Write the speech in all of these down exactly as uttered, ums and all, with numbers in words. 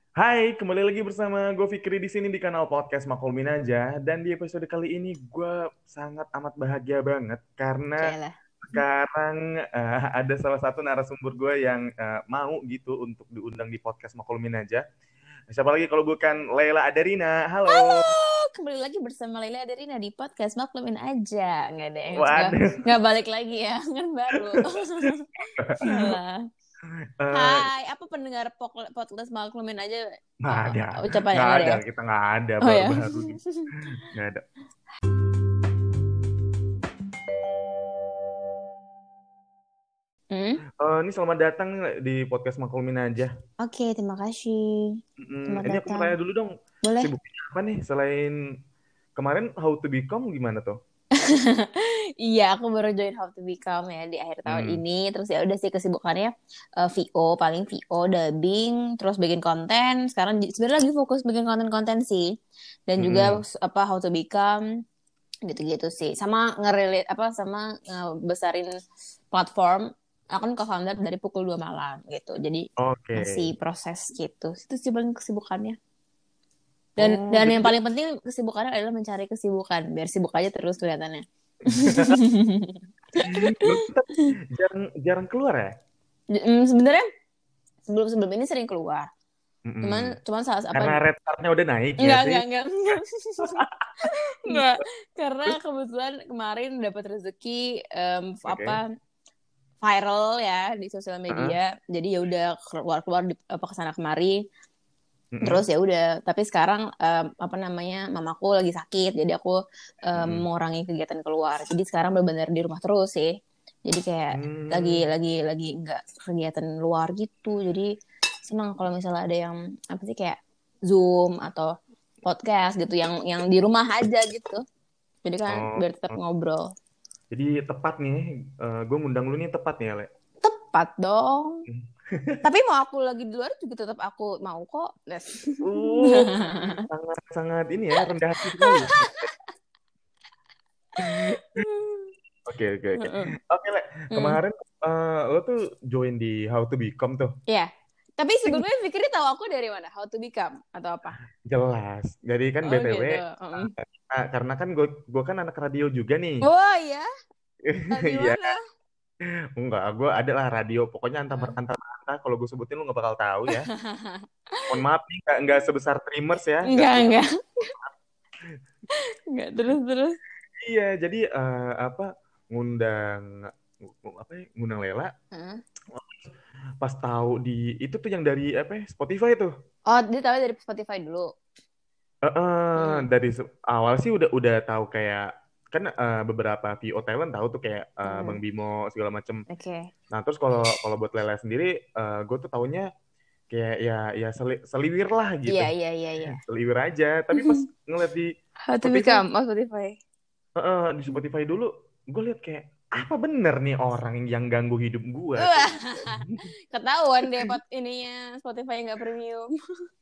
Hai, kembali lagi bersama gue Fikri di sini di kanal podcast Maklumin Aja. Dan di episode kali ini gue sangat amat bahagia banget karena Cielah. sekarang eh, ada salah satu narasumber gue yang eh, mau gitu untuk diundang di podcast Maklumin Aja. Siapa lagi kalau bukan Leila Adarina. Halo. Halo, kembali lagi bersama Laila Aderina di podcast Maklumin Aja. Nggak deh, nggak, Waduh. nggak balik lagi ya, kan baru. Salah. Eh, Hai, apa pendengar pok- podcast Maklumin Aja? nggak Uh, ada, ucapannya nggak nggak ada ada, ya? kita nggak ada Oh ya. baru-baru nih, nggak ada. Hmm? Eh, ini selamat datang nih di podcast Maklumin Aja. Oke, terima kasih. Mm, Selamat ini aku mau datang. tanya dulu dong, Boleh? sibuknya apa nih selain kemarin How to Become gimana tuh? Iya, aku baru join How to Become ya di akhir tahun Hmm. ini. Terus ya udah sih kesibukannya eh, V O, paling V O, dubbing, terus bikin konten. Sekarang j- sebenarnya lagi fokus bikin konten-konten sih. Dan juga Mm-mm. s- apa How to Become gitu-gitu sih. Sama ngerelate apa sama ngebesarin platform. Aku kan co-founder dari pukul dua malam gitu. Jadi Oke. masih proses gitu. Itu sih paling kesibukannya. Dan Oh, dan jadi yang ja- paling penting kesibukannya adalah mencari kesibukan biar sibuk aja terus kelihatannya. berarti tapi jarang jarang keluar ya? Mm, sebenarnya sebelum sebelum ini sering keluar. Mm-mm. Cuman cuman saat apa Karena red card-nya udah naik ya enggak sih? enggak enggak enggak. Enggak. Karena Terus? kebetulan kemarin dapat rezeki em, apa Oke. viral ya di sosial Heeh. media. Jadi ya udah keluar-keluar di, apa kesana kemari. Terus Mm-mm. ya udah, tapi sekarang em, apa namanya mamaku lagi sakit, jadi aku em, Mm-mm. mengurangi kegiatan keluar. Jadi sekarang benar-benar di rumah terus sih. Jadi kayak lagi Hmm. lagi lagi nggak kegiatan luar gitu. Jadi senang kalau misalnya ada yang apa sih kayak Zoom atau podcast gitu yang yang di rumah aja gitu. Jadi kan Oh, biar tetap oh. ngobrol. Jadi tepat nih, gue ngundang lu nih tepat nih, Ale. Tepat dong. Tapi mau aku lagi di luar juga tetap aku mau kok. Nes. Uh, sangat sangat ini ya rendah hati sekali ya. Oke, oke, oke. Oke, Le. Hmm. Kemarin eh, lo tuh join di How to Become tuh. Iya. Tapi Ini sebelumnya Fikri tahu aku dari mana? How to Become atau apa? jelas. Jadi kan Oh B T W, gitu. Mm. eh, karena kan gue gue kan anak radio juga nih. Oh iya, di Iya, mana? enggak. Gue adalah radio. Pokoknya antar Heeh. antar antar. Kalau gue sebutin lu nggak bakal tahu ya. Mohon maaf nih, nggak nggak sebesar Dreamers ya. Nggak Enggak, sebesar. enggak. Enggak terus terus. Iya, jadi eh, apa ngundang apa ya, ngundang Lela. Heeh. Pas tahu di itu tuh yang dari apa ya, Spotify tuh. Oh, dia tahu dari Spotify dulu. Eh, eh, Hmm. dari se- awal sih udah udah tahu kayak kan eh, beberapa V O talent tahu tuh kayak eh, Bang Hmm. Bimo segala macem. Oke. Nah terus kalau kalau buat Lela sendiri, gue tuh taunya kayak ya ya seli- seliwir lah gitu, Iya, iya, iya, iya. seliwir aja. Tapi pas ngeliat di How to Spotify, Become, oh Spotify. eh, eh, di Spotify dulu, gue liat kayak apa bener nih orang yang ganggu hidup gue tuh. Wah, ketahuan deh pot ininya Spotify nggak premium.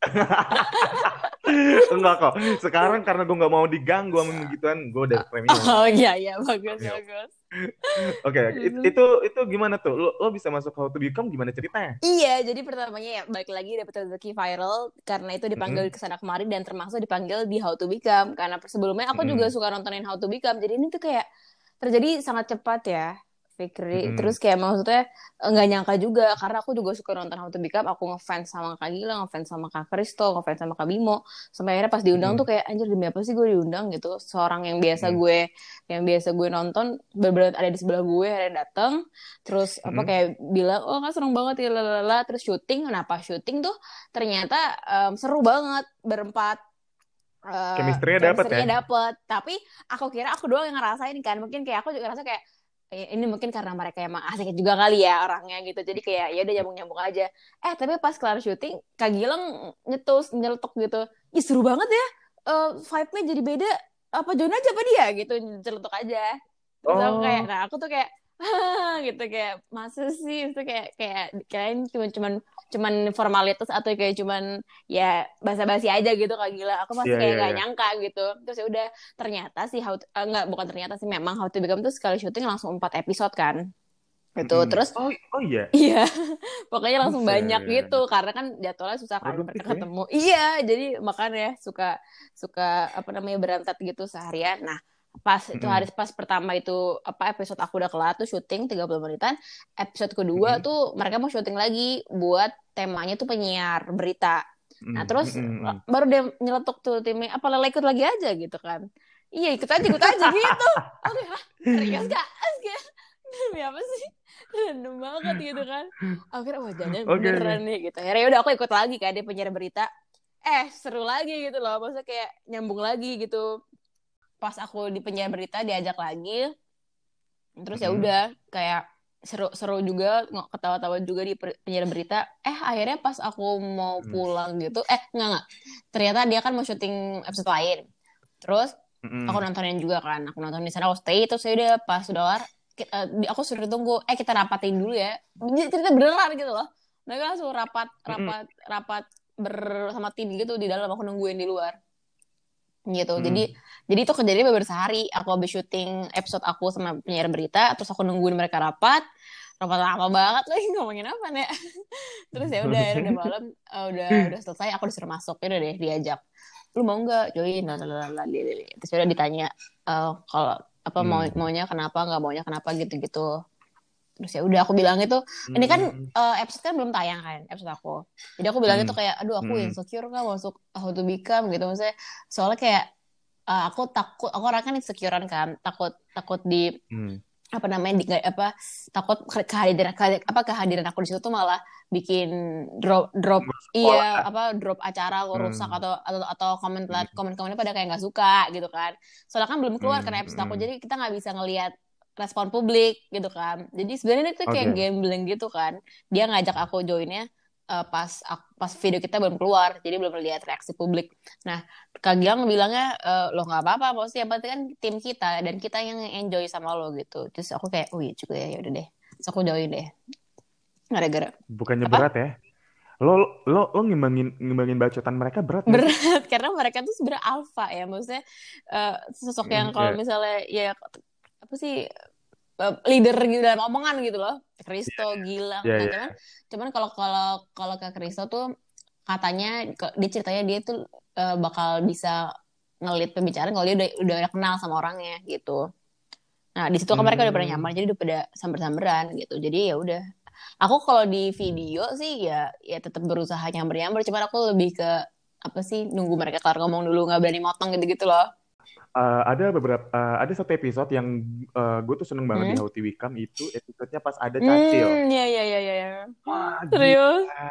Enggak kok. Sekarang karena gue nggak mau diganggu sama gituan, gue udah premium. Oh iya, iya, bagus, Premium. bagus. Oke, oke. It- Terus, itu itu gimana tuh? Lo, lo bisa masuk How to Become gimana ceritanya? iya, jadi pertamanya ya balik lagi dapet rezeki viral karena itu dipanggil Mm-mm, ke sana kemari dan termasuk dipanggil di How to Become karena sebelumnya aku juga mm-mm, suka nontonin How to Become. Jadi ini tuh kayak terjadi sangat cepat ya, Fikri. Terus mm-mm, kayak maksudnya eh, nggak nyangka juga karena aku juga suka nonton How to Become. Aku ngefans sama Kak Gila, ngefans sama Kak Kristo, ngefans sama Kak Bimo. Sampai akhirnya pas diundang tuh mm-mm, kayak anjir demi apa sih gue diundang gitu. Seorang yang biasa mm-mm, gue yang biasa gue nonton benar ada di sebelah gue, ada yang datang terus apa mm-mm. kayak bilang oh kan seneng banget ya lalala terus syuting. Nah pas syuting tuh ternyata em, seru banget berempat eh Chemistry-nya dapat ya? chemistry-nya dapet. Tapi aku kira aku doang yang ngerasain kan. Mungkin kayak aku juga ngerasa kayak "Eh, ini mungkin karena mereka emang asik juga kali ya orangnya gitu. Jadi kayak ya udah nyambung-nyambung aja. Eh tapi pas kelar syuting Kak Gilang nyetus nyeletuk gitu. Ih seru banget ya. Eh vibe-nya jadi beda. Apa John aja apa dia gitu nyeletuk aja. Terus aku kayak Oh, nah aku tuh kayak gitu kayak masa sih itu kayak kayak kirain cuma cuman cuman formalitas atau kayak cuman ya basa-basi aja gitu Kak Gila. Aku masih iya, kayak iya, nggak iya. nyangka gitu. Terus ya udah ternyata sih how to, eh, nggak bukan ternyata sih memang How to Become tuh sekali syuting langsung empat episode kan. gitu. Mm-mm. Terus Oh, oh iya. iya, pokoknya langsung Buset. banyak gitu karena kan jadwalnya susah kan Produktif mereka ya. ketemu. Iya, jadi makanya suka suka apa namanya berantat gitu seharian. Nah, pas itu hari Mm-mm. pas pertama itu apa episode aku udah kelar tuh syuting tiga puluh menitan. Episode kedua Mm-mm. tuh mereka mau syuting lagi buat temanya tuh penyiar berita. Nah, Mm-mm. terus Mm-mm. baru dia nyeletuk tuh timnya apa Lele ikut lagi aja gitu kan. Iya, ikut aja, ikut aja gitu. Oke, hah? Serius gak? Kayak, demi apa sih? Random banget gitu kan. Akhirnya wah jangan Oke, beneran oke. nih gitu. Akhirnya udah aku ikut lagi kan dia penyiar berita. Eh seru lagi gitu loh. Maksudnya kayak nyambung lagi gitu. Pas aku di penyiar berita diajak lagi. Terus ya Mm-mm. udah kayak seru-seru juga ketawa-tawa juga di penyiar berita. Eh akhirnya pas aku mau Mm. pulang gitu. Eh enggak enggak. Ternyata dia kan mau syuting episode lain. Terus aku Mm-mm. nontonin juga kan. Aku nonton di sana aku stay. Terus saya udah pas udah kelar aku suruh tunggu eh kita rapatin dulu ya cerita beneran gitu loh mereka langsung rapat Mm-mm. rapat rapat bersama tim gitu di dalam aku nungguin di luar gitu jadi Mm-mm. jadi itu kejadian beberapa sehari aku habis syuting episode aku sama penyiar berita terus aku nungguin mereka rapat rapat lama banget lagi ngomongin apa nih terus ya udah udah malam uh, udah udah selesai aku disuruh masuk ya udah deh diajak lu mau nggak join lalalala terus udah ditanya uh, kalau apa mau Mm. maunya kenapa nggak maunya kenapa gitu-gitu terus ya udah aku bilang itu ini kan Mm. uh, episode kan belum tayang kan episode aku jadi aku bilang itu Mm. kayak aduh aku Mm. insecure kan masuk How to Become gitu maksudnya soalnya kayak uh, aku takut aku orang kan insecurean kan takut takut di Mm. apa namanya di, apa takut kehadiran apa kehadiran aku di situ tuh malah bikin drop drop Sekolah. iya apa drop acara aku rusak Mm. atau atau atau komen Mm. komen komennya pada kayak nggak suka gitu kan soalnya kan belum keluar kan Mm. episode aku Mm. jadi kita nggak bisa ngelihat respon publik gitu kan jadi sebenarnya itu kayak Oke. gambling gitu kan dia ngajak aku joinnya uh, pas pas video kita belum keluar jadi belum lihat reaksi publik nah Kak Gilang bilangnya e, lo nggak apa-apa maksudnya yang penting kan tim kita dan kita yang enjoy sama lo gitu terus aku kayak oh iya juga ya yaudah deh terus aku join deh gara-gara Bukannya apa berat ya? Lo lo lo ngimbangin ngimbangin bacotan mereka berat nggak sih? berat karena mereka tuh sebenarnya alpha ya maksudnya uh, sosok yang Mm, kalau ya. misalnya ya apa sih uh, leader gitu dalam omongan gitu loh Kristo Gilang Ya, nah ya. cuman cuman kalau kalau kalau Kak Kristo tuh katanya dia ceritanya dia tuh uh, bakal bisa ngelit pembicaraan kalau dia udah udah kenal sama orangnya gitu. Nah di situ kan mereka udah pernah nyaman Hmm. jadi udah pada samber-samberan gitu. Jadi ya udah. Aku kalau di video sih ya ya tetap berusaha nyamber-nyamber. Cuman aku lebih ke apa sih nunggu mereka kelar ngomong dulu nggak berani motong gitu-gitu loh. Uh, ada beberapa uh, ada satu episode yang uh, gue tuh seneng banget di Hmm? How to Become itu episodenya pas ada Cacil. Hmm ya ya ya ya. ya. Wah Serius? gila,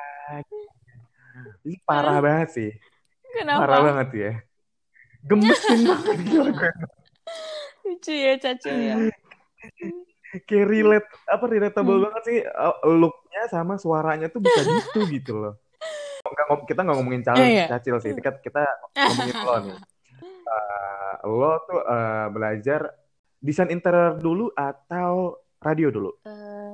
ini parah banget sih, parah Kenapa? banget ya, gemesin banget gila gue. Lucu ya Cacil ya. Kayak relate apa relatable Hmm. banget sih uh, looknya sama suaranya tuh bisa gitu gitu loh. Nggak, ngom- kita nggak ngomongin Eh, Cacil, ya. Cacil sih, kita kita ngomongin lo nih. Uh, lo tuh uh, belajar desain interior dulu atau radio dulu? Eh,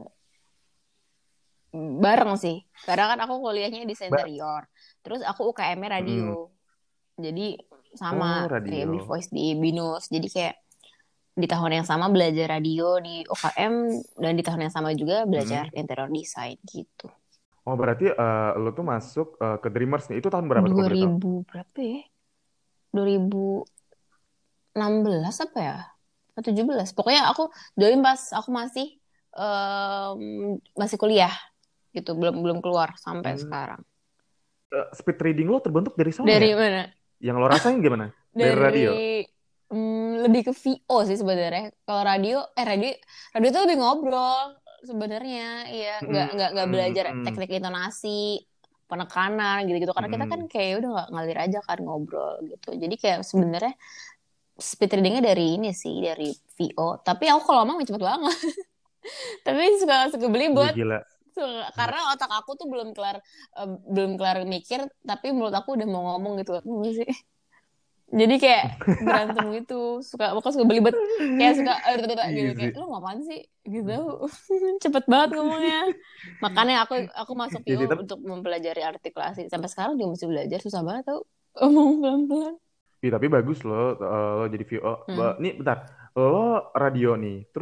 bareng sih. Karena kan aku kuliahnya di Ba- interior. Terus aku U K M-nya radio. Mm. Jadi sama Oh kayak radio. B-Voice di Binus. Jadi kayak di tahun yang sama belajar radio di U K M dan di tahun yang sama juga belajar Mm-mm. interior design gitu. Oh berarti uh, lo tuh masuk uh, ke Dreamers nih. Itu tahun berapa tuh kalau boleh tahu? dua ribu berapa ya? dua ribu enam belas apa ya? Atau tujuh belas. Pokoknya aku join pas aku masih um, masih kuliah gitu, belum belum keluar sampai Hmm. sekarang. Uh, speed reading lo terbentuk dari sana Dari ya? mana? Yang lo rasain gimana? Dari Dari radio? mm, lebih ke V O sih sebenarnya. Kalau radio, eh radio, radio itu lebih ngobrol sebenarnya. Iya, nggak nggak nggak belajar Mm-mm. teknik intonasi, penekanan gitu-gitu. Karena kita kan Mm-mm. kayak udah nggak ngalir aja kan ngobrol gitu. Jadi kayak sebenarnya speed readingnya dari ini sih, dari V O. Tapi aku kalau ngomong cepet banget. Tapi suka suka Iya, belibet. gila. Suka- karena otak aku tuh belum kelar eh, belum kelar mikir, tapi mulut aku udah mau ngomong gitu. Apa sih? Jadi kayak berantem gitu, suka pokoknya suka belibet, kayak suka eh, gitu Iya kayak sih. lu ngapain sih gitu, cepet banget ngomongnya. Makanya aku aku masuk Jadi V O tapi, untuk mempelajari artikulasi. Sampai sekarang juga masih belajar, susah banget tau ngomong pelan-pelan. iya, tapi bagus lo, uh, lo jadi V O. Hmm. Ba- Nih bentar, lo radio nih, terus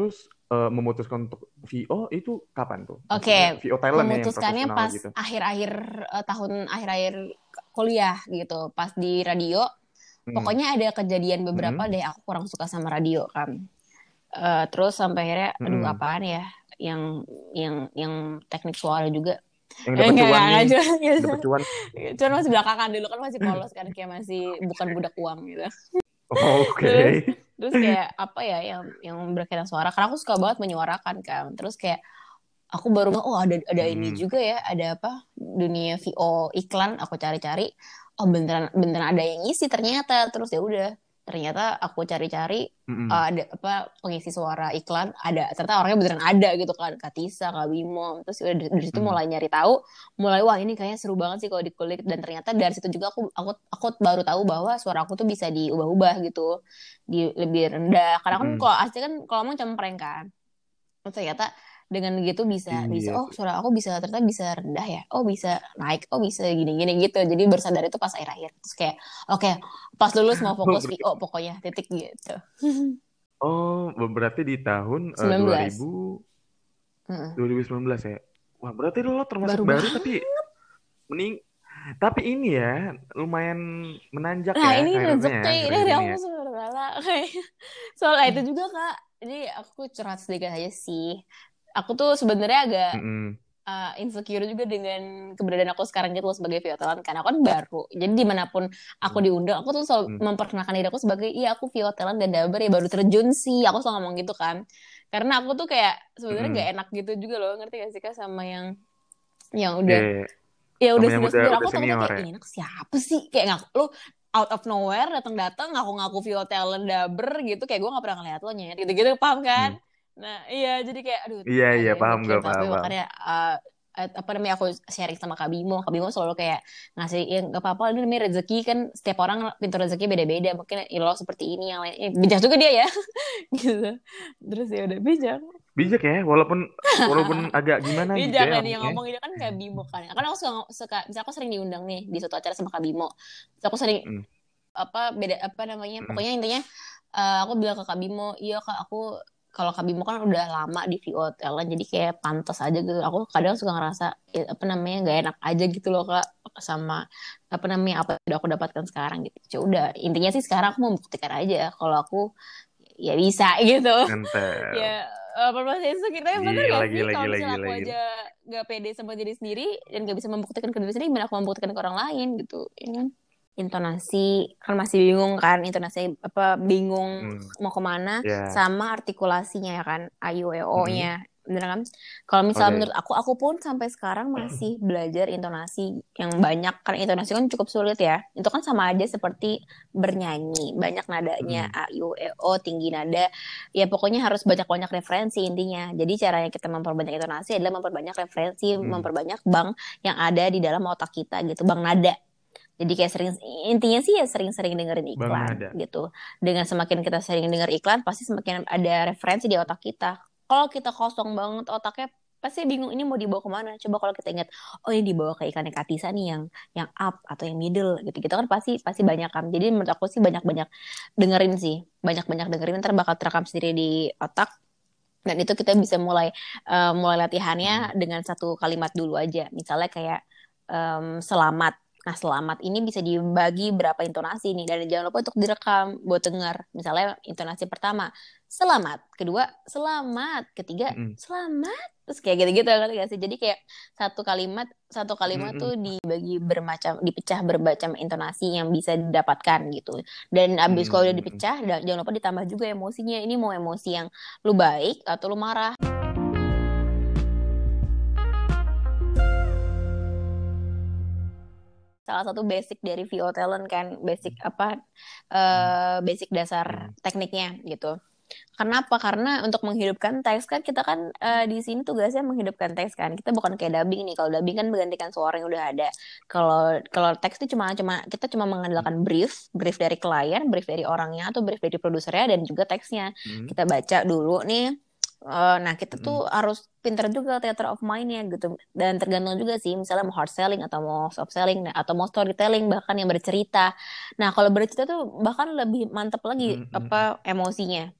uh, memutuskan untuk V O itu kapan tuh? Oke, okay. V O talent ya yang memutuskannya profesional pas gitu. akhir-akhir uh, tahun akhir-akhir kuliah gitu, pas di radio. Hmm. Pokoknya ada kejadian beberapa hmm. deh aku kurang suka sama radio kan. Uh, terus sampai akhirnya, aduh hmm. apaan ya, yang yang yang teknik suara juga. Yang dapat cuan nih, gitu. dapat cuan. Cuman masih belakangan dulu kan masih polos kan, kayak masih bukan budak uang gitu. Oh, oke. Okay. Terus, terus kayak apa ya yang yang berkaitan suara, karena aku suka banget menyuarakan kan. Terus kayak aku baru oh ada ada hmm. ini juga ya, ada apa dunia V O iklan, aku cari-cari, oh beneran beneran ada yang ngisi ternyata. Terus ya udah, ternyata aku cari-cari mm-hmm. uh, ada apa pengisi suara iklan, ada ternyata orangnya beneran ada gitu kan, Kak Tisa, Kak Bimo. Terus udah dari situ mm. mulai nyari tahu, mulai wah ini kayaknya seru banget sih kalau dikulik, dan ternyata dari situ juga aku aku aku baru tahu bahwa suara aku tuh bisa diubah-ubah gitu, di lebih rendah. Karena kan mm. kalau asli kan kalau ngomong cempreng kan. Terus ternyata dengan gitu bisa iya. bisa oh suara aku bisa ternyata bisa rendah ya, oh bisa naik, oh bisa gini-gini gitu. Jadi bersadar itu pas akhir-akhir. Terus kayak oke okay, pas lulus mau fokus V O pokoknya titik gitu. Oh berarti di tahun uh, dua ribu hmm. dua ribu sembilan belas ya. Wah berarti lo termasuk baru, baru tapi mending tapi ini ya lumayan menanjak nah, ya. Nah ini rezeki dari Allah subhanahu wa taala. Soalnya itu juga Kak. Jadi aku curhat sedikit aja sih. Aku tuh sebenarnya agak mm-hmm. uh, insecure juga dengan keberadaan aku sekarang gitu loh sebagai V O talent, karena aku kan baru. Jadi dimanapun aku diundang, aku tuh selalu mm. memperkenalkan diri aku sebagai iya aku V O talent dan daber ya baru terjun sih. Aku selalu ngomong gitu kan. Karena aku tuh kayak sebenarnya nggak mm-hmm. enak gitu juga loh, ngerti gak sih Kak, sama yang yang udah yeah. ya udah senior aku tuh kayak ini anak siapa sih, kayak nggak lu out of nowhere datang-datang ngaku-ngaku V O talent daber gitu, kayak gue nggak pernah ngeliat lo nyet gitu-gitu, paham kan? Hmm. Nah iya jadi kayak aduh iya iya paham gue tapi paham makanya uh, apa namanya aku sharing sama Kak Bimo. Kak Bimo selalu kayak ngasih ya nggak apa-apa, ini namanya rezeki kan, setiap orang pintu rezeki beda-beda, mungkin ya, lo seperti ini yang lain eh, bijak juga dia ya gitu. Terus ya udah bijak bijak ya walaupun walaupun agak gimana bijak gitu ya kan dia ngomong gitu kan Kak Bimo kan kan aku suka, suka misalnya aku sering diundang nih di suatu acara sama Kak Bimo, terus aku sering hmm. apa beda apa namanya hmm. pokoknya intinya uh, aku bilang ke Kak Bimo, iya Kak aku kalau Kak Bimo kan udah lama di V O talent jadi kayak pantas aja gitu. Aku kadang suka ngerasa ya, apa namanya nggak enak aja gitu loh Kak sama apa namanya apa yang udah aku dapatkan sekarang gitu. Ya udah intinya sih sekarang aku mau membuktikan aja kalau aku ya bisa gitu. Mantap. Ya permasalahan itu kita yang bener gak sih kalau misalnya aku gila. aja nggak pede sama diri sendiri dan nggak bisa membuktikan ke diri sendiri, gimana aku membuktikan ke orang lain gitu, ya kan? Intonasi kan masih bingung kan, intonasi apa bingung hmm. mau kemana yeah. sama artikulasinya ya kan, A I U E O-nya hmm. bener kan? Kalau misalnya okay. menurut aku aku pun sampai sekarang masih belajar intonasi yang banyak, karena intonasi kan cukup sulit ya. Itu kan sama aja seperti bernyanyi, banyak nadanya hmm. A I U E O, tinggi nada. Ya pokoknya harus banyak-banyak referensi intinya. Jadi caranya kita memperbanyak intonasi adalah memperbanyak referensi, hmm. memperbanyak bank yang ada di dalam otak kita gitu, bank nada. Jadi kayak sering, intinya sih ya sering-sering dengerin iklan gitu. Dengan semakin kita sering denger iklan, pasti semakin ada referensi di otak kita. Kalau kita kosong banget otaknya, pasti bingung ini mau dibawa kemana. Coba kalau kita ingat, oh ini dibawa ke iklannya Kak Tisa nih yang yang up atau yang middle gitu-gitu kan pasti pasti banyak kan. Jadi menurut aku sih banyak-banyak dengerin sih, banyak-banyak dengerin, ntar bakal terekam sendiri di otak. Dan itu kita bisa mulai uh, mulai latihannya dengan satu kalimat dulu aja. Misalnya kayak um, selamat. Nah selamat ini bisa dibagi berapa intonasi nih, dan jangan lupa untuk direkam buat dengar. Misalnya intonasi pertama selamat, kedua selamat, ketiga mm. selamat, terus kayak gitu-gitu kan gak sih? Jadi kayak satu kalimat satu kalimat mm-hmm. tuh dibagi bermacam, dipecah bermacam intonasi yang bisa didapatkan gitu. Dan abis mm-hmm. kalau udah dipecah, jangan lupa ditambah juga emosinya. Ini mau emosi yang lu baik atau lu marah. Salah satu basic dari V O talent kan, basic apa uh, basic dasar tekniknya gitu. Kenapa? Karena untuk menghidupkan teks kan kita kan uh, di sini tugasnya menghidupkan teks kan. Kita bukan kayak dubbing nih. Kalau dubbing kan menggantikan suara yang udah ada. Kalau kalau teks itu cuma cuma kita cuma mengandalkan brief, brief dari klien, brief dari orangnya atau brief dari produsernya dan juga teksnya. Hmm. Kita baca dulu nih. Uh, nah kita tuh mm. harus pinter juga theater of mind-nya gitu, dan tergantung juga sih misalnya mau hard selling atau mau soft selling atau mau storytelling bahkan yang bercerita. Nah kalau bercerita tuh bahkan lebih mantap lagi mm-hmm. apa emosinya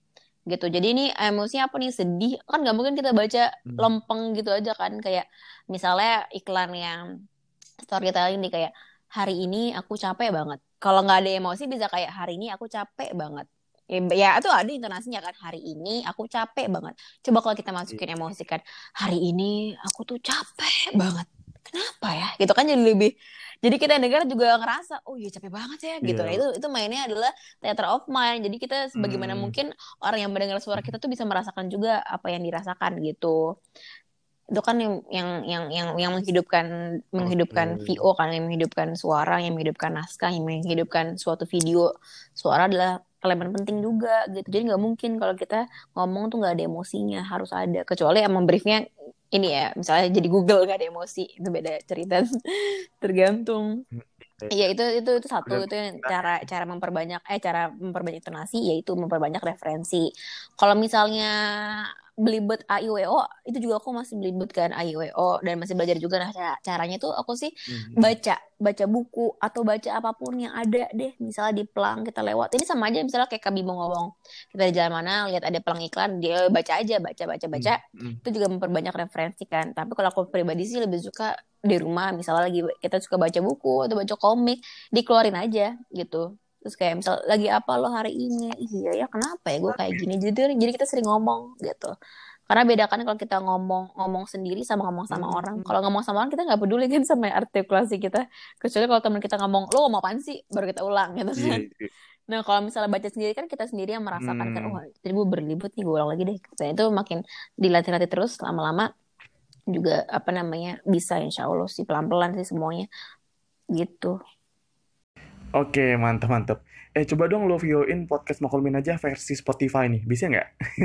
gitu. Jadi ini emosinya apa nih, sedih kan nggak mungkin kita baca Hmm. lempeng gitu aja kan, kayak misalnya iklan yang storytelling nih kayak hari ini aku capek banget. Kalau nggak ada emosi bisa kayak hari ini aku capek banget. Ya, ya itu ada intonasinya kan, hari ini aku capek banget. Coba kalau kita masukin emosi kan, hari ini aku tuh capek banget. Kenapa ya? Gitu kan jadi lebih, jadi kita yang dengar juga ngerasa, oh iya capek banget ya gitu. Nah Iya. itu itu mainnya adalah theater of mind. Jadi kita sebagaimana Hmm. mungkin orang yang mendengar suara kita tuh bisa merasakan juga apa yang dirasakan gitu. Itu kan yang yang yang yang, yang menghidupkan menghidupkan Oke. V O kan, yang menghidupkan suara, yang menghidupkan naskah, yang menghidupkan suatu video. Suara adalah elemen penting juga gitu. Jadi nggak mungkin kalau kita ngomong tuh nggak ada emosinya, harus ada. Kecuali emang briefnya ini ya, misalnya jadi Google nggak ada emosi, itu beda cerita. Tergantung. Iya itu itu itu satu, itu yang cara cara memperbanyak eh cara memperbanyak intonasi, yaitu memperbanyak referensi. Kalau misalnya belibet A I W O, itu juga aku masih belibet kan A I W O dan masih belajar juga. Nah cara- caranya tuh aku sih Hmm. baca baca buku atau baca apapun yang ada deh, misalnya di pelang kita lewat ini sama aja, misalnya kayak Kak Bimo ngomong kita di jalan mana lihat ada pelang iklan, dia baca aja, baca baca baca, Hmm. itu juga memperbanyak referensi kan. Tapi kalau aku pribadi sih lebih suka di rumah, misalnya lagi kita suka baca buku atau baca komik, dikeluarin aja gitu. Terus kayak misal lagi apa lo hari ini, iya ya kenapa ya gue kayak gini, jadi jadi kita sering ngomong gitu. Karena bedakan kalau kita ngomong ngomong sendiri sama ngomong sama orang. Hmm. Kalau ngomong sama orang kita nggak peduli kan sama artikulasi kita, kecuali kalau teman kita ngomong lo ngomong apaan sih, baru kita ulang gitu Iya, kan. iya. Nah kalau misalnya baca sendiri kan kita sendiri yang merasakan kan, Hmm. oh jadi gue berlibet nih, gue ulang lagi deh. Dan itu makin dilatih-latih terus, lama-lama juga apa namanya bisa, insya Allah sih pelan-pelan sih semuanya gitu. Oke, mantap mantap. Eh, coba dong lo videoin podcast Maklumin aja versi Spotify nih, bisa nggak?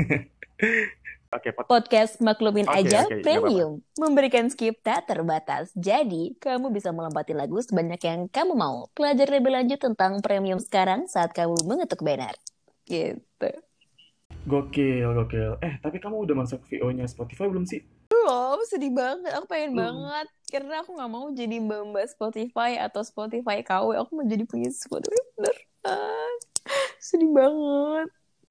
Oke, pod- Podcast Maklumin oke, Aja oke, nggak apa-apa. Premium memberikan skip tak terbatas. Jadi, kamu bisa melompati lagu sebanyak yang kamu mau. Pelajari lebih lanjut tentang premium sekarang saat kamu mengetuk banner. Gitu. Gokil, gokil. Eh, tapi kamu udah masuk V O-nya Spotify belum sih? Belum, sedih banget. Aku pengen Belum. banget. Karena aku gak mau jadi mbak-mbak Spotify atau Spotify K W. Aku mau jadi punya Spotify beneran. Sedih banget.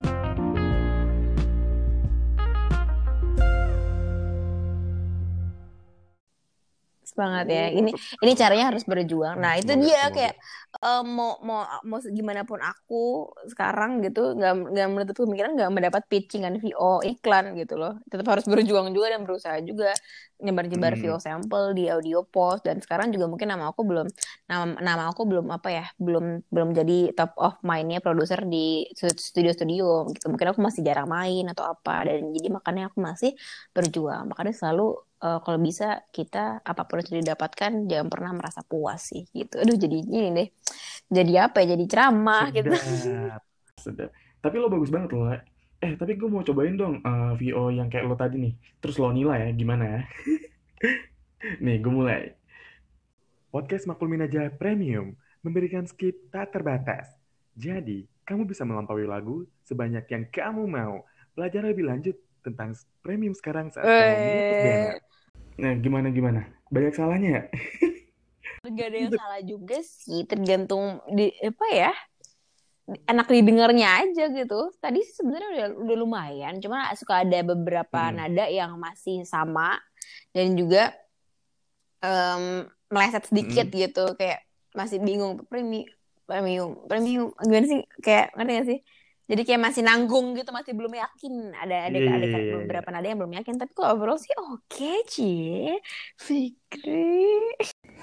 Semangat ya. Ini ini caranya harus berjuang. Nah, itu Semoga, dia semoga. kayak uh, mau mau mau gimana pun aku sekarang gitu nggak nggak menutup kemungkinan nggak mendapat pitchingan V O iklan gitu loh. Tetap harus berjuang juga dan berusaha juga nyebar-nyebar V O Hmm. sampel di audio post. Dan sekarang juga mungkin nama aku belum nama nama aku belum apa ya, belum belum jadi top of mind-nya produser di studio-studio gitu. Mungkin aku masih jarang main atau apa, dan jadi makanya aku masih berjuang. Makanya selalu uh, kalau bisa kita apapun yang sudah didapatkan jangan pernah merasa puas sih gitu. Aduh jadi ini deh. Jadi apa ya? Jadi ceramah gitu. Sedap, sedap. Tapi lo bagus banget lo. Eh, tapi gue mau cobain dong eh, V O yang kayak lo tadi nih. Terus lo nilai ya, gimana ya? Nih, gue mulai. Podcast Maklumin Aja Premium memberikan skip tak terbatas. Jadi, kamu bisa melampaui lagu sebanyak yang kamu mau. Belajar lebih lanjut tentang premium sekarang saat kamu mengetuk banner. Nah, gimana gimana? Banyak salahnya ya? Gak ada yang salah juga sih, tergantung di apa ya, enak didengarnya aja gitu. Tadi sih sebenarnya udah, udah lumayan, cuma suka ada beberapa Hmm. nada yang masih sama dan juga um, meleset sedikit Hmm. gitu, kayak masih bingung premium premium premium gimana sih, kayak ngerti gak sih, jadi kayak masih nanggung gitu, masih belum yakin, ada ada Iya, iya, ada iya, iya, iya. beberapa nada yang belum yakin, tapi kalau overall sih oke cie Fikri.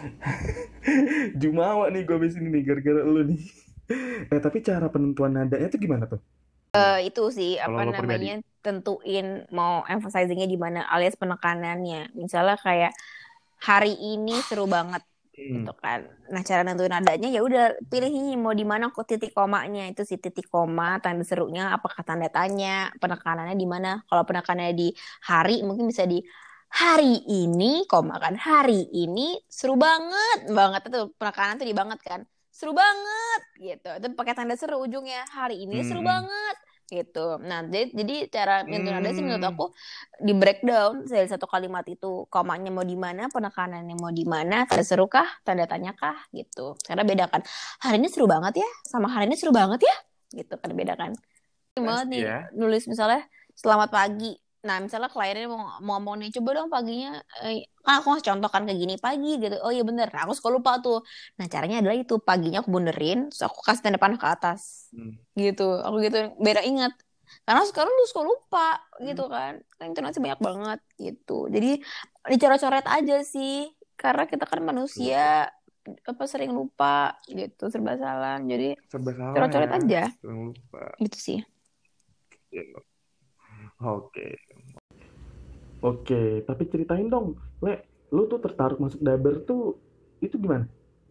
Jumawa nih gue abis ini nih gara-gara lu nih. Eh, tapi cara penentuan nadanya tuh gimana tuh? Uh, itu sih Kalau apa lo pribadi. namanya, tentuin mau emphasizingnya di mana alias penekanannya, misalnya kayak hari ini seru banget Hmm. gitu kan. Nah, cara nentuin nadanya ya udah pilih nih mau di mana kok titik komanya, itu si titik koma tanda serunya apakah tanda tanya, penekanannya di mana. Kalau penekanannya di hari mungkin bisa di hari ini koma kan, hari ini seru banget banget, itu penekanan tuh di banget kan, seru banget gitu, itu pakai tanda seru ujungnya, hari ini seru Hmm. banget gitu. Nah, jadi, jadi cara nentuin nada sih menurut Hmm. aku di breakdown dari satu kalimat itu, komanya mau di mana, penekanannya mau di mana, tanda seru kah, tanda tanya kah gitu. Karena bedakan hari ini seru banget ya sama hari ini seru banget ya gitu kan, bedakan. banget nih ya. Nulis misalnya selamat pagi. Nah misalnya kliennya mau, mau ngomong nih, coba dong paginya, eh, kan aku ngasih contoh kan kayak gini pagi gitu. Oh iya bener, nah, aku suka lupa tuh. Nah caranya adalah itu, paginya aku benerin, terus aku kasih tanda panah ke atas. Hmm. Gitu, aku gitu, biar ingat. Karena sekarang lu suka lupa gitu kan. Kan intonasi banyak banget gitu. Jadi dicoret-coret aja sih. Karena kita kan manusia, apa sering lupa gitu, serba salah. Jadi serba salah coret-coret ya. aja. Sering lupa. Gitu sih. Oke. Oke, tapi ceritain dong, Le, lu tuh tertarik masuk Daber tuh, itu gimana?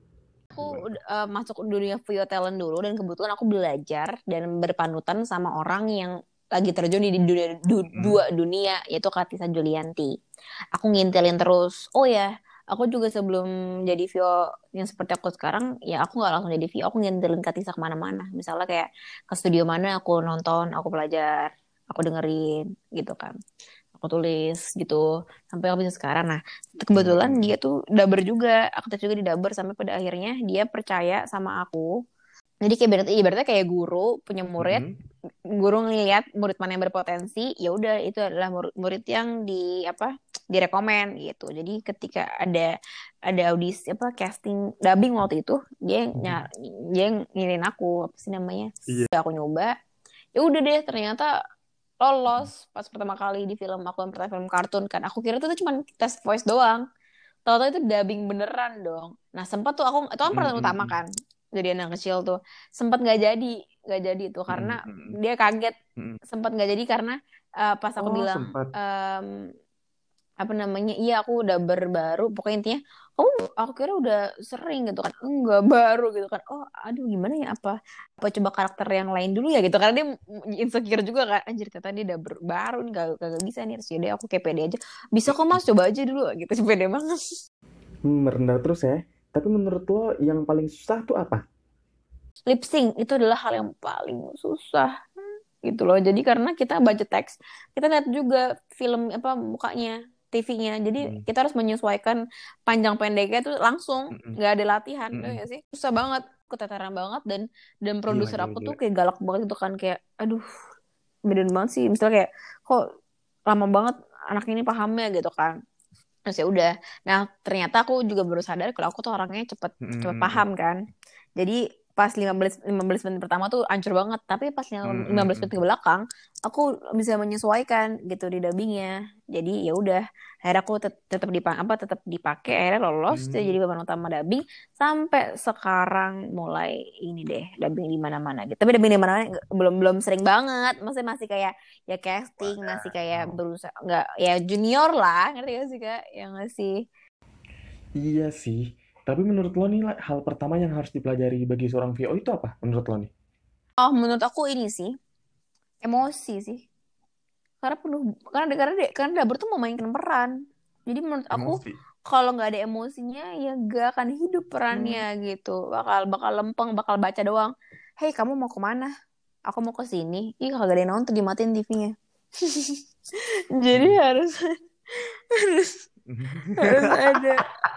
Aku uh, masuk dunia video talent dulu, dan kebetulan aku belajar dan berpanutan sama orang yang lagi terjun di dunia, du, hmm. dua dunia, yaitu Katisa Julianti. Aku ngintilin terus, oh ya, aku juga sebelum jadi Vio yang seperti aku sekarang, ya aku gak langsung jadi Vio, aku ngintilin Katisa kemana-mana. Misalnya kayak ke studio mana aku nonton, aku belajar, aku dengerin, gitu kan. Aku tulis gitu sampai aku bisa sekarang. Nah kebetulan hmm. dia tuh daber juga, aktif juga di daber, sampai pada akhirnya dia percaya sama aku. Jadi kayak berarti ibaratnya kayak guru punya murid, hmm. guru ngeliat murid mana yang berpotensi, ya udah itu adalah murid, murid yang di apa direkomend gitu. Jadi ketika ada ada audisi apa casting dubbing waktu itu, dia yang nyar, dia yang ngilin aku, apa sih namanya? Iya. Aku nyoba, ya udah deh ternyata lolos pas pertama kali di film aku yang pertama film kartun kan. Aku kira itu tuh cuma tes voice doang. Tahu-tahu itu dubbing beneran dong. Nah sempat tuh aku, itu kan pertama mm-hmm. utama kan. Jadi anak kecil tuh sempat nggak jadi, nggak jadi tuh karena mm-hmm. dia kaget. Mm-hmm. Sempat nggak jadi karena uh, pas aku oh, bilang um, apa namanya, iya aku udah berbaru, pokoknya intinya kamu, aku kira udah sering gitu kan, enggak baru gitu kan. Oh aduh gimana ya, apa apa coba karakter yang lain dulu ya gitu, karena dia insecure juga kan, anjir kata dia udah baru nggak nggak bisa nih, terus ya aku kayak pede aja, bisa kok mas coba aja dulu gitu, pede banget. Hmm, merendah terus ya. Tapi menurut lo yang paling susah tuh apa? Lip sync itu adalah hal yang paling susah gitu loh. Jadi karena kita baca teks, kita lihat juga film apa mukanya, T V-nya. Jadi hmm. kita harus menyesuaikan panjang pendeknya tuh langsung, nggak hmm. ada latihan, hmm. ya sih. Susah banget, keteteran banget, dan dan produser aku gila, tuh kayak galak banget gitu kan, kayak aduh, beden banget sih. Misalnya kayak kok lama banget anak ini pahamnya gitu kan. Terus ya udah. Nah, ternyata aku juga baru sadar kalau aku tuh orangnya cepet hmm. cepet paham kan. Jadi pas lima belas menit pertama tuh hancur banget, tapi pas lima belas menit ke belakang aku bisa menyesuaikan gitu di dubbingnya. Jadi ya udah, akhirnya aku tet- tetap dipakai apa tetap dipakai, akhirnya lolos hmm. jadi pemeran utama dubbing sampai sekarang, mulai ini deh dubbing di mana-mana gitu. Tapi dubbing di mana-mana belum belum sering banget, masih masih kayak ya casting, masih kayak berusaha, nggak ya junior lah, ngerti gak sih kak, yang masih. Iya sih. Tapi menurut lo nih, hal pertama yang harus dipelajari bagi seorang V O itu apa menurut lo nih? Oh, menurut aku ini sih, emosi sih. Karena penuh, karena karena karena dapur tuh memainkan peran. Jadi menurut aku kalau nggak ada emosinya ya gak akan hidup perannya hmm. gitu. Bakal bakal lempeng, bakal baca doang. Hei kamu mau kemana? Aku mau ke sini. Ih kagak ada yang nonton, dimatiin T V-nya. Jadi hmm. harus harus harus ada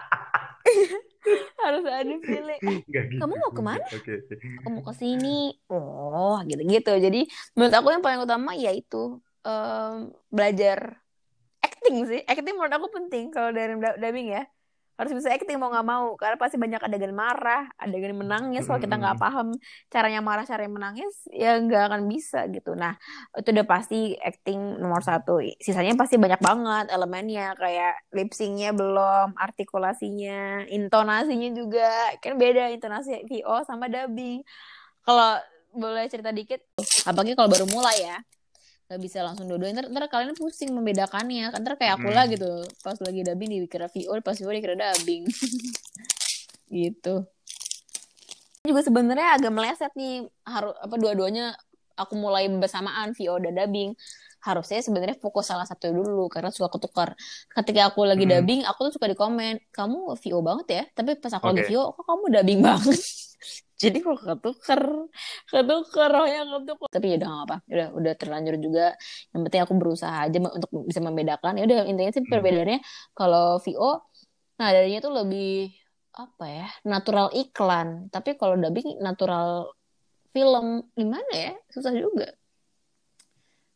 harus ada feeling, eh gitu, kamu mau kemana? Okay. Aku mau ke sini. Oh gitu-gitu. Jadi menurut aku yang paling utama yaitu um, belajar acting sih. Acting menurut aku penting kalau dari dubbing ya. Harus bisa acting mau nggak mau, karena pasti banyak adegan marah, adegan menangis. Kalau kita nggak paham caranya marah, caranya menangis, ya nggak akan bisa gitu. Nah itu udah pasti acting nomor satu. Sisanya pasti banyak banget elemennya, kayak lip sync-nya belum, artikulasinya, intonasinya juga kan beda intonasi V O sama dubbing. Kalau boleh cerita dikit, apalagi kalau baru mulai ya, gak bisa langsung dua-duanya, ntar, ntar kalian pusing membedakannya kan, ntar kayak aku lah gitu, pas lagi dubbing dikira V O, pas V O dikira dubbing. Gitu juga sebenarnya agak meleset nih, harus apa dua-duanya aku mulai bersamaan, V O dan dubbing. Harusnya sebenarnya fokus salah satu dulu karena suka ketukar. Ketika aku lagi hmm. dubbing, aku tuh suka di komen, kamu V O banget ya, tapi pas aku okay. lagi V O, kok kamu dubbing banget. Jadi kok ketuker, ketuker, rohnya ketuker. Tapi ya udah nggak apa, udah udah terlanjur juga. Yang penting aku berusaha aja untuk bisa membedakan. Ya udah intinya sih perbedaannya kalau V O, nah darinya tuh lebih apa ya, natural iklan. Tapi kalau dubbing natural film, gimana ya, susah juga.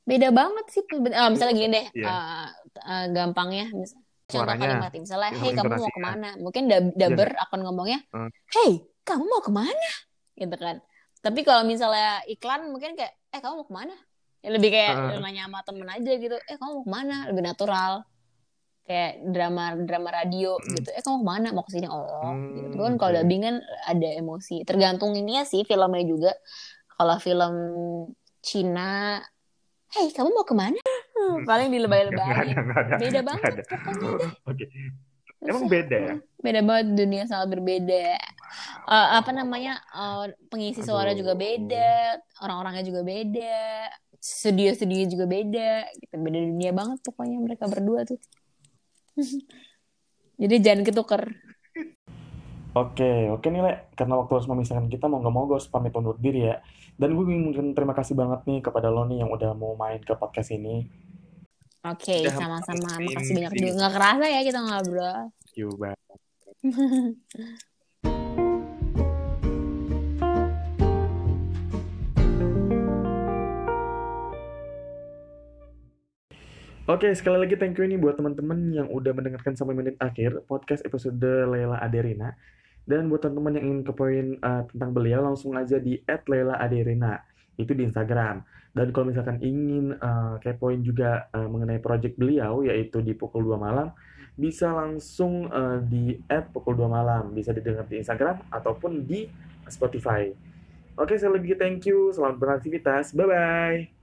beda banget sih. Uh, misalnya gini deh, yeah. uh, uh, gampangnya, misal, contoh kalimat, misalnya, ya, hey kamu mau kemana? Mungkin dab- daber yeah, akan ngomongnya, uh. hey kamu mau kemana? Gitu kan. Tapi kalau misalnya iklan mungkin kayak, eh kamu mau kemana? Ya, lebih kayak uh. nanya sama temen aja gitu, eh kamu mau kemana? Lebih natural. Kayak drama drama radio mm. gitu, eh kamu mau kemana? Mau kesini? Oh, mm, gitu. Kan okay. Kalau dubbing kan ada emosi. Tergantung ini ya sih filmnya juga. Kalau film Cina, hey kamu mau kemana? Paling dilebay-lebayin. Beda banget pokoknya deh. Oke. Okay. Emang beda ya? Beda banget, dunia sangat berbeda. Uh, apa namanya, uh, pengisi Aduh. Suara juga beda, orang-orangnya juga beda, studio-studio juga beda. Gitu. Beda dunia banget pokoknya mereka berdua tuh. Jadi jangan ketuker. Oke, oke nih Le, karena waktu harus memisahkan kita, mau gak mau gue harus pamit undur diri ya. Dan gue ingin terima kasih banget nih kepada lo nih yang udah mau main ke podcast ini. Oke, okay, sama-sama. Makasih banyak juga. Gak kerasa ya kita ngobrol. Thank you banget. Oke, sekali lagi thank you ini buat teman-teman yang udah mendengarkan sampai menit akhir podcast episode Leila Aderina. Dan buat teman-teman yang ingin kepoin uh, tentang beliau, langsung aja di et leila aderina, itu di Instagram. Dan kalau misalkan ingin uh, kepoin juga uh, mengenai project beliau, yaitu di pukul dua malam, bisa langsung uh, di et pukul dua malam. Bisa didengar di Instagram ataupun di Spotify. Oke, sekali lagi thank you. Selamat beraktivitas. Bye-bye.